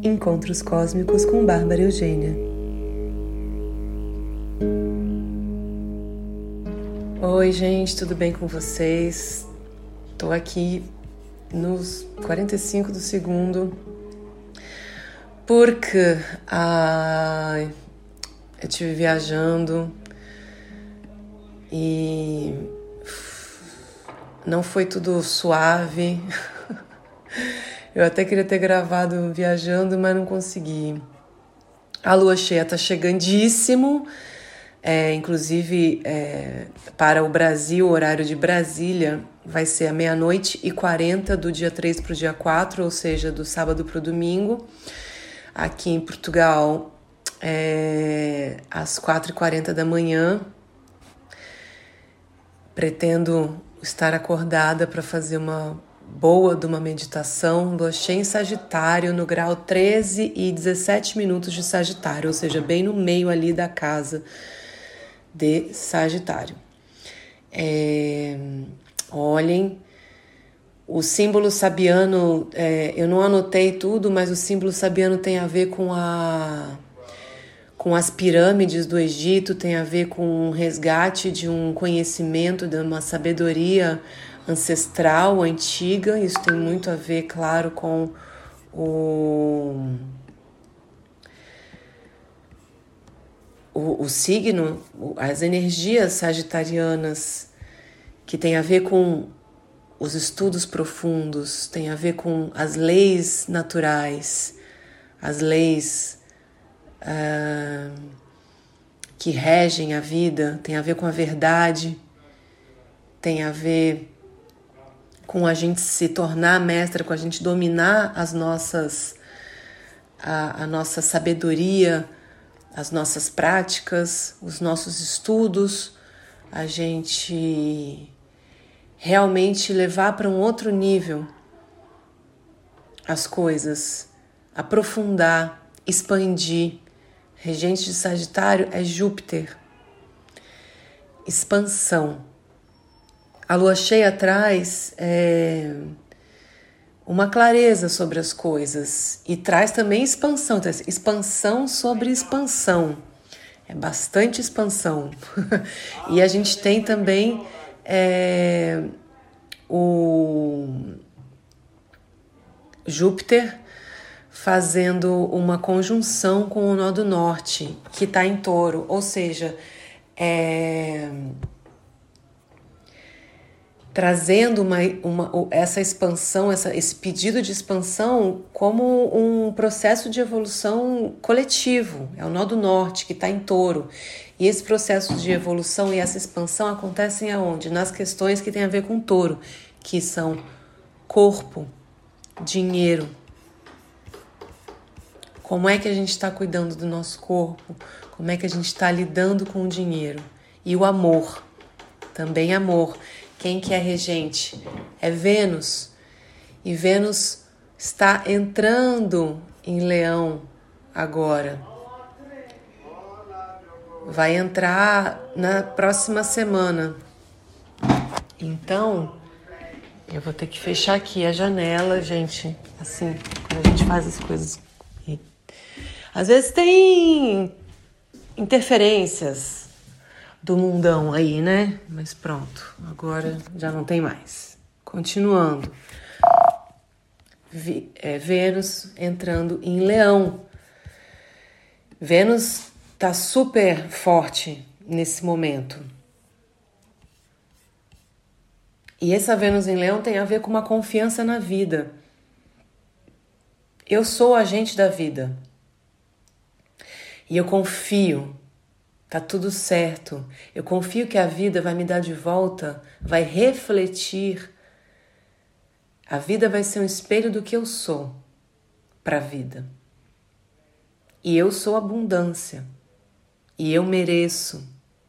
Encontros Cósmicos com Bárbara Eugênia. Oi, gente, tudo bem com vocês? Tô aqui nos 45 do segundo porque eu estive viajando e não foi tudo suave. Eu até queria ter gravado viajando, mas não consegui. A lua cheia tá chegandíssimo, inclusive para o Brasil, o horário de Brasília, vai ser a 00:40 do dia 3 para o dia 4, ou seja, do sábado para o domingo. Aqui em Portugal, às 4h40 da manhã. Pretendo estar acordada para fazer uma boa de uma meditação, lua cheia em Sagitário, no grau 13:17 de Sagitário, ou seja, bem no meio ali da casa de Sagitário. Olhem, o símbolo sabiano, eu não anotei tudo, mas o símbolo sabiano tem a ver com as pirâmides do Egito, tem a ver com o resgate de um conhecimento, de uma sabedoria ancestral, antiga. Isso tem muito a ver, claro, com o signo, as energias sagitarianas, que tem a ver com os estudos profundos, tem a ver com as leis naturais, as leis que regem a vida, tem a ver com a verdade, tem a ver com a gente se tornar mestra, com a gente dominar a nossa sabedoria, as nossas práticas, os nossos estudos, a gente realmente levar para um outro nível as coisas, aprofundar, expandir. Regente de Sagitário é Júpiter. Expansão. A lua cheia traz uma clareza sobre as coisas e traz também expansão. Então, expansão sobre expansão. É bastante expansão. E a gente tem também o Júpiter fazendo uma conjunção com o nó do norte, que está em Touro. Ou seja, trazendo essa expansão, esse pedido de expansão como um processo de evolução coletivo. É o nó do norte que está em Touro. E esse processo de evolução e essa expansão acontecem aonde? Nas questões que têm a ver com Touro, que são corpo, dinheiro. Como é que a gente está cuidando do nosso corpo? Como é que a gente está lidando com o dinheiro? E o amor, também amor. Quem que é regente? É Vênus. E Vênus está entrando em Leão agora. Vai entrar na próxima semana. Então, eu vou ter que fechar aqui a janela, gente. Assim, quando a gente faz as coisas. Às vezes tem interferências do mundão aí, né? Mas pronto, agora já não tem mais. Continuando. Vênus entrando em Leão. Vênus tá super forte nesse momento. E essa Vênus em Leão tem a ver com uma confiança na vida. Eu sou agente da vida. E eu confio. Tá tudo certo. Eu confio que a vida vai me dar de volta, vai refletir. A vida vai ser um espelho do que eu sou para a vida. E eu sou abundância. E eu mereço.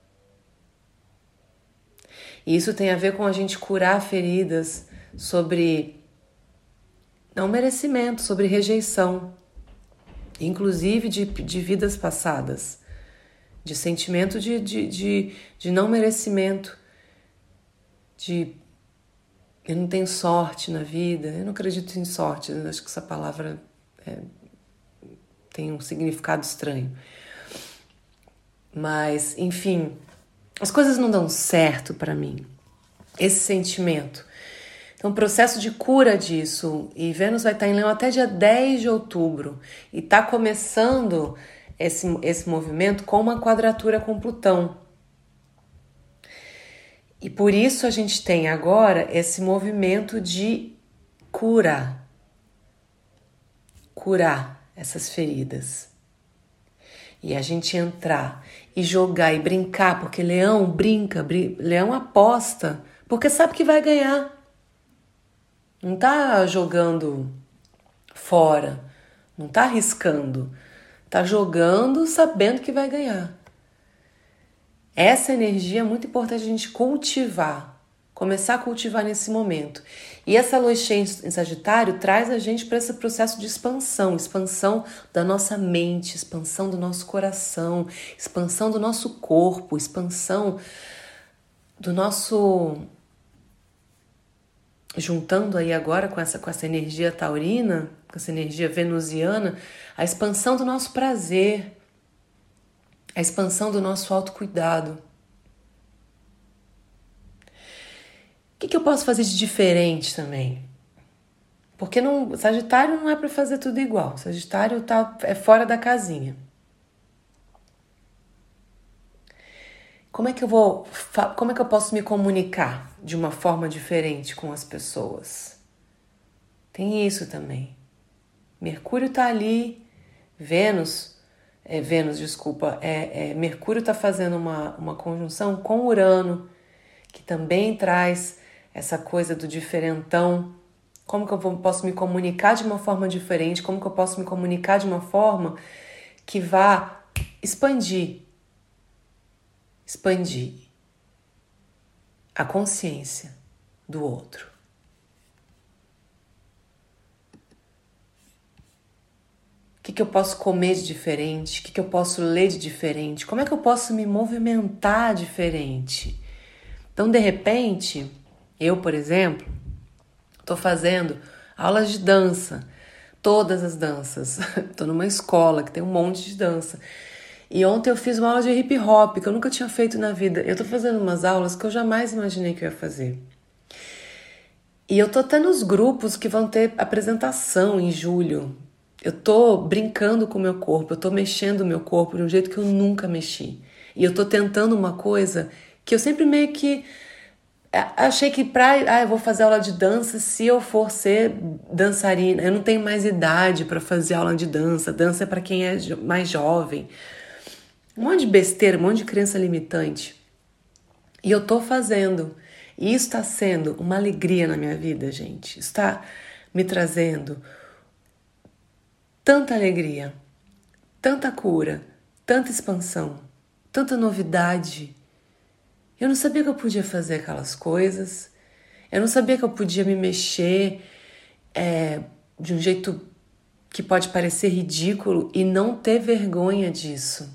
E isso tem a ver com a gente curar feridas sobre não merecimento, sobre rejeição. Inclusive de vidas passadas. De sentimento de não merecimento, eu não tenho sorte na vida, eu não acredito em sorte, eu acho que essa palavra tem um significado estranho. Mas, enfim, as coisas não dão certo para mim. Esse sentimento. Então, o processo de cura disso, e Vênus vai estar em Leão até dia 10 de outubro, e está começando esse movimento com uma quadratura com Plutão. E por isso a gente tem agora esse movimento de curar essas feridas. E a gente entrar e jogar e brincar, porque Leão brinca, Leão aposta, porque sabe que vai ganhar. Não tá jogando fora, não tá arriscando, tá jogando sabendo que vai ganhar. Essa energia é muito importante a gente cultivar, começar a cultivar nesse momento. E essa lua cheia em Sagitário traz a gente para esse processo de expansão da nossa mente, expansão do nosso coração, expansão do nosso corpo, expansão do nosso... Juntando aí agora com essa energia taurina, com essa energia venusiana, a expansão do nosso prazer, a expansão do nosso autocuidado. O que eu posso fazer de diferente também? Porque Sagitário não é para fazer tudo igual. Sagitário é fora da casinha. Como é que eu posso me comunicar de uma forma diferente com as pessoas? Tem isso também. Mercúrio está ali, Mercúrio está fazendo uma conjunção com Urano, que também traz essa coisa do diferentão. Como que eu posso me comunicar de uma forma diferente? Como que eu posso me comunicar de uma forma que vá expandir a consciência do outro. O que eu posso comer de diferente? O que eu posso ler de diferente? Como é que eu posso me movimentar diferente? Então, de repente, eu, por exemplo, estou fazendo aulas de dança, todas as danças. Estou numa escola que tem um monte de dança. E ontem eu fiz uma aula de hip hop, que eu nunca tinha feito na vida. Eu tô fazendo umas aulas que eu jamais imaginei que eu ia fazer. E eu tô até nos grupos que vão ter apresentação em julho. Eu tô brincando com o meu corpo, eu tô mexendo o meu corpo de um jeito que eu nunca mexi. E eu tô tentando uma coisa que eu sempre meio que achei que eu vou fazer aula de dança se eu for ser dançarina. Eu não tenho mais idade para fazer aula de dança. Dança é para quem é mais jovem. Um monte de besteira, um monte de crença limitante. E eu tô fazendo. E isso está sendo uma alegria na minha vida, gente. Isso está me trazendo tanta alegria, tanta cura, tanta expansão, tanta novidade. Eu não sabia que eu podia fazer aquelas coisas. Eu não sabia que eu podia me mexer de um jeito que pode parecer ridículo e não ter vergonha disso.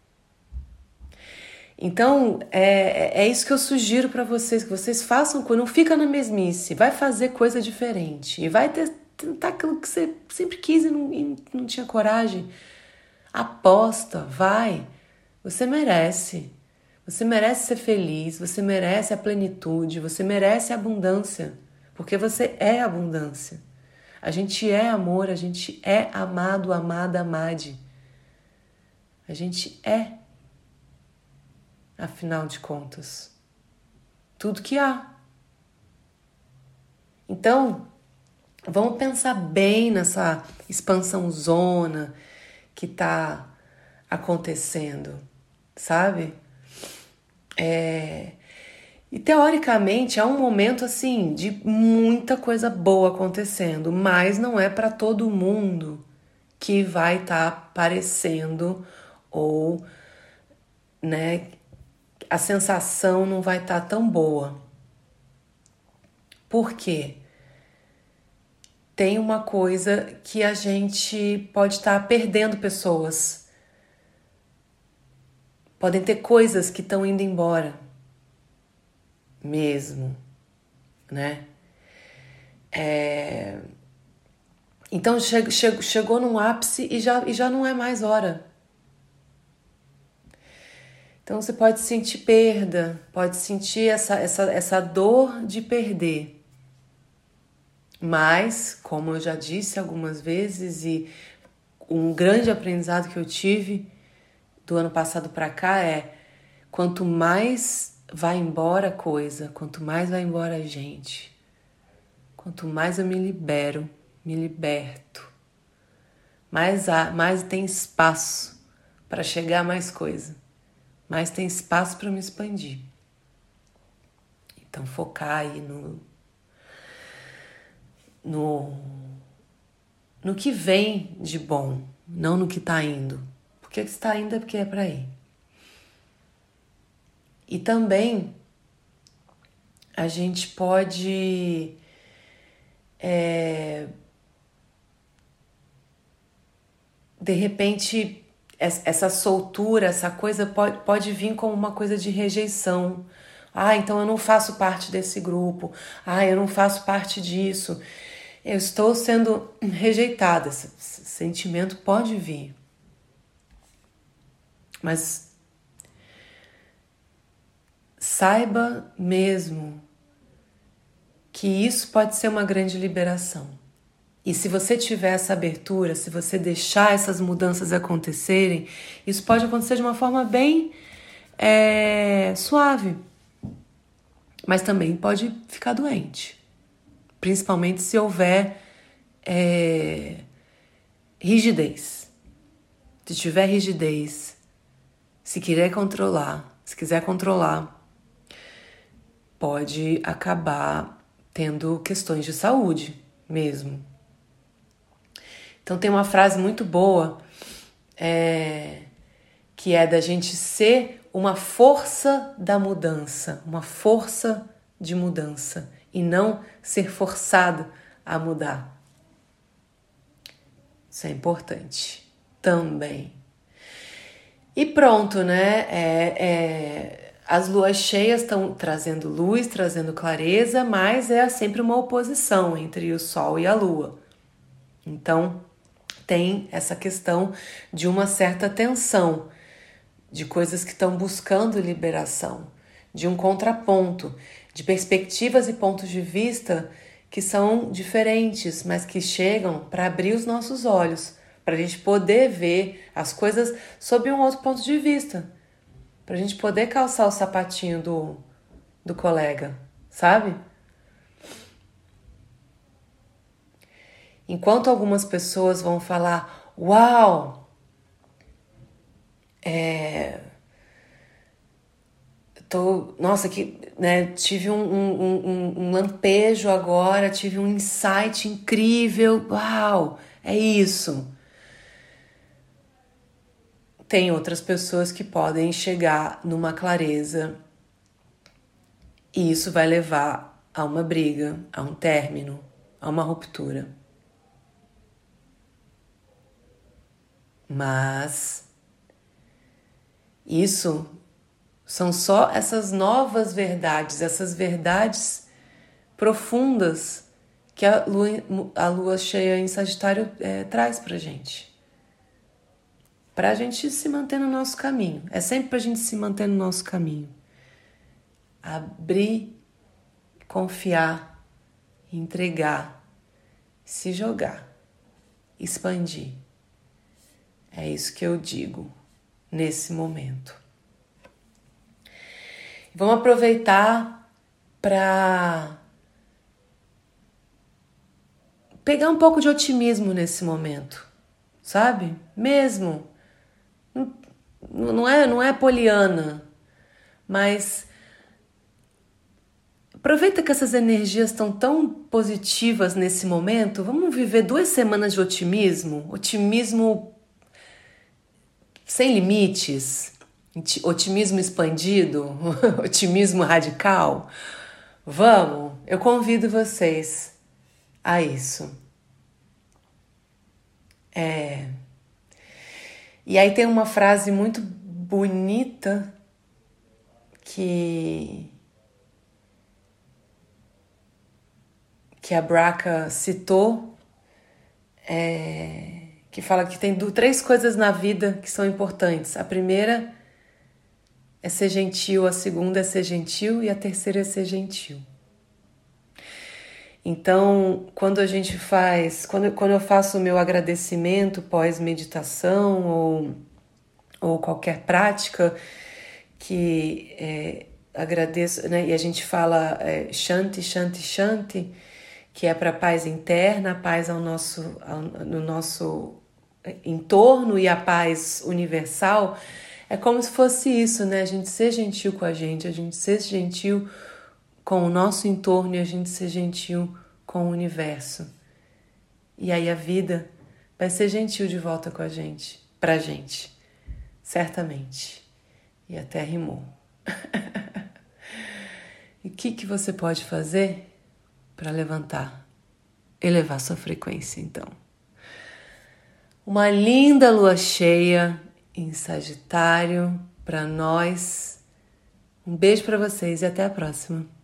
Então, é isso que eu sugiro para vocês, que vocês façam, não fica na mesmice, vai fazer coisa diferente e vai tentar aquilo que você sempre quis e não tinha coragem. Aposta, vai, você merece ser feliz, você merece a plenitude, você merece a abundância, porque você é abundância. A gente é amor, a gente é amado, amada, amade. A gente é. Afinal de contas, tudo que há. Então, vamos pensar bem nessa expansão zona que está acontecendo, sabe? E teoricamente é um momento assim de muita coisa boa acontecendo, mas não é para todo mundo que vai estar aparecendo ou, né, a sensação não vai estar tão boa. Por quê? Tem uma coisa que a gente pode estar perdendo pessoas. Podem ter coisas que estão indo embora. Mesmo, né? Então chegou num ápice e já não é mais hora. Então você pode sentir perda, pode sentir essa dor de perder. Mas, como eu já disse algumas vezes, e um grande aprendizado que eu tive do ano passado para cá é: quanto mais vai embora coisa, quanto mais vai embora gente, quanto mais eu me liberto, mais tem espaço para chegar a mais coisa, mais tem espaço para me expandir. Então focar aí no que vem de bom, não no que está indo. Porque se está indo é porque é para ir. E também a gente pode de repente essa soltura, essa coisa pode vir como uma coisa de rejeição. Ah, então eu não faço parte desse grupo. Ah, eu não faço parte disso. Eu estou sendo rejeitada. Esse sentimento pode vir. Mas saiba mesmo que isso pode ser uma grande liberação. E se você tiver essa abertura, se você deixar essas mudanças acontecerem, isso pode acontecer de uma forma bem suave. Mas também pode ficar doente. Principalmente se houver rigidez. Se tiver rigidez, se quiser controlar, pode acabar tendo questões de saúde mesmo. Então tem uma frase muito boa que é da gente ser uma força da mudança, uma força de mudança e não ser forçado a mudar. Isso é importante também. E pronto, né? As luas cheias estão trazendo luz, trazendo clareza, mas é sempre uma oposição entre o Sol e a Lua. Então, tem essa questão de uma certa tensão, de coisas que estão buscando liberação, de um contraponto, de perspectivas e pontos de vista que são diferentes, mas que chegam para abrir os nossos olhos, para a gente poder ver as coisas sob um outro ponto de vista, para a gente poder calçar o sapatinho do colega, sabe? Enquanto algumas pessoas vão falar, uau, tive um lampejo agora, tive um insight incrível, uau, é isso. Tem outras pessoas que podem chegar numa clareza e isso vai levar a uma briga, a um término, a uma ruptura. Mas isso são só essas novas verdades, essas verdades profundas que a lua cheia em Sagitário traz pra gente. Pra gente se manter no nosso caminho. É sempre pra gente se manter no nosso caminho. Abrir, confiar, entregar, se jogar, expandir. É isso que eu digo nesse momento. Vamos aproveitar para pegar um pouco de otimismo nesse momento, sabe? Mesmo. Não é poliana, mas aproveita que essas energias estão tão positivas nesse momento. Vamos viver 2 semanas de otimismo, otimismo sem limites, otimismo expandido, otimismo radical. Vamos, eu convido vocês a isso. E aí tem uma frase muito bonita que a Braca citou, que fala que tem três coisas na vida que são importantes. A primeira é ser gentil, a segunda é ser gentil e a terceira é ser gentil. Então, quando eu faço o meu agradecimento pós-meditação ou qualquer prática que agradeço, né? E a gente fala Shanti, Shanti, Shanti, que é para a paz interna, a paz no nosso entorno e a paz universal. É como se fosse isso, né? A gente ser gentil com a gente ser gentil com o nosso entorno e a gente ser gentil com o universo. E aí a vida vai ser gentil de volta com a gente, pra gente, certamente. E até rimou. E o que você pode fazer para elevar sua frequência, então? Uma linda lua cheia em Sagitário para nós. Um beijo para vocês e até a próxima.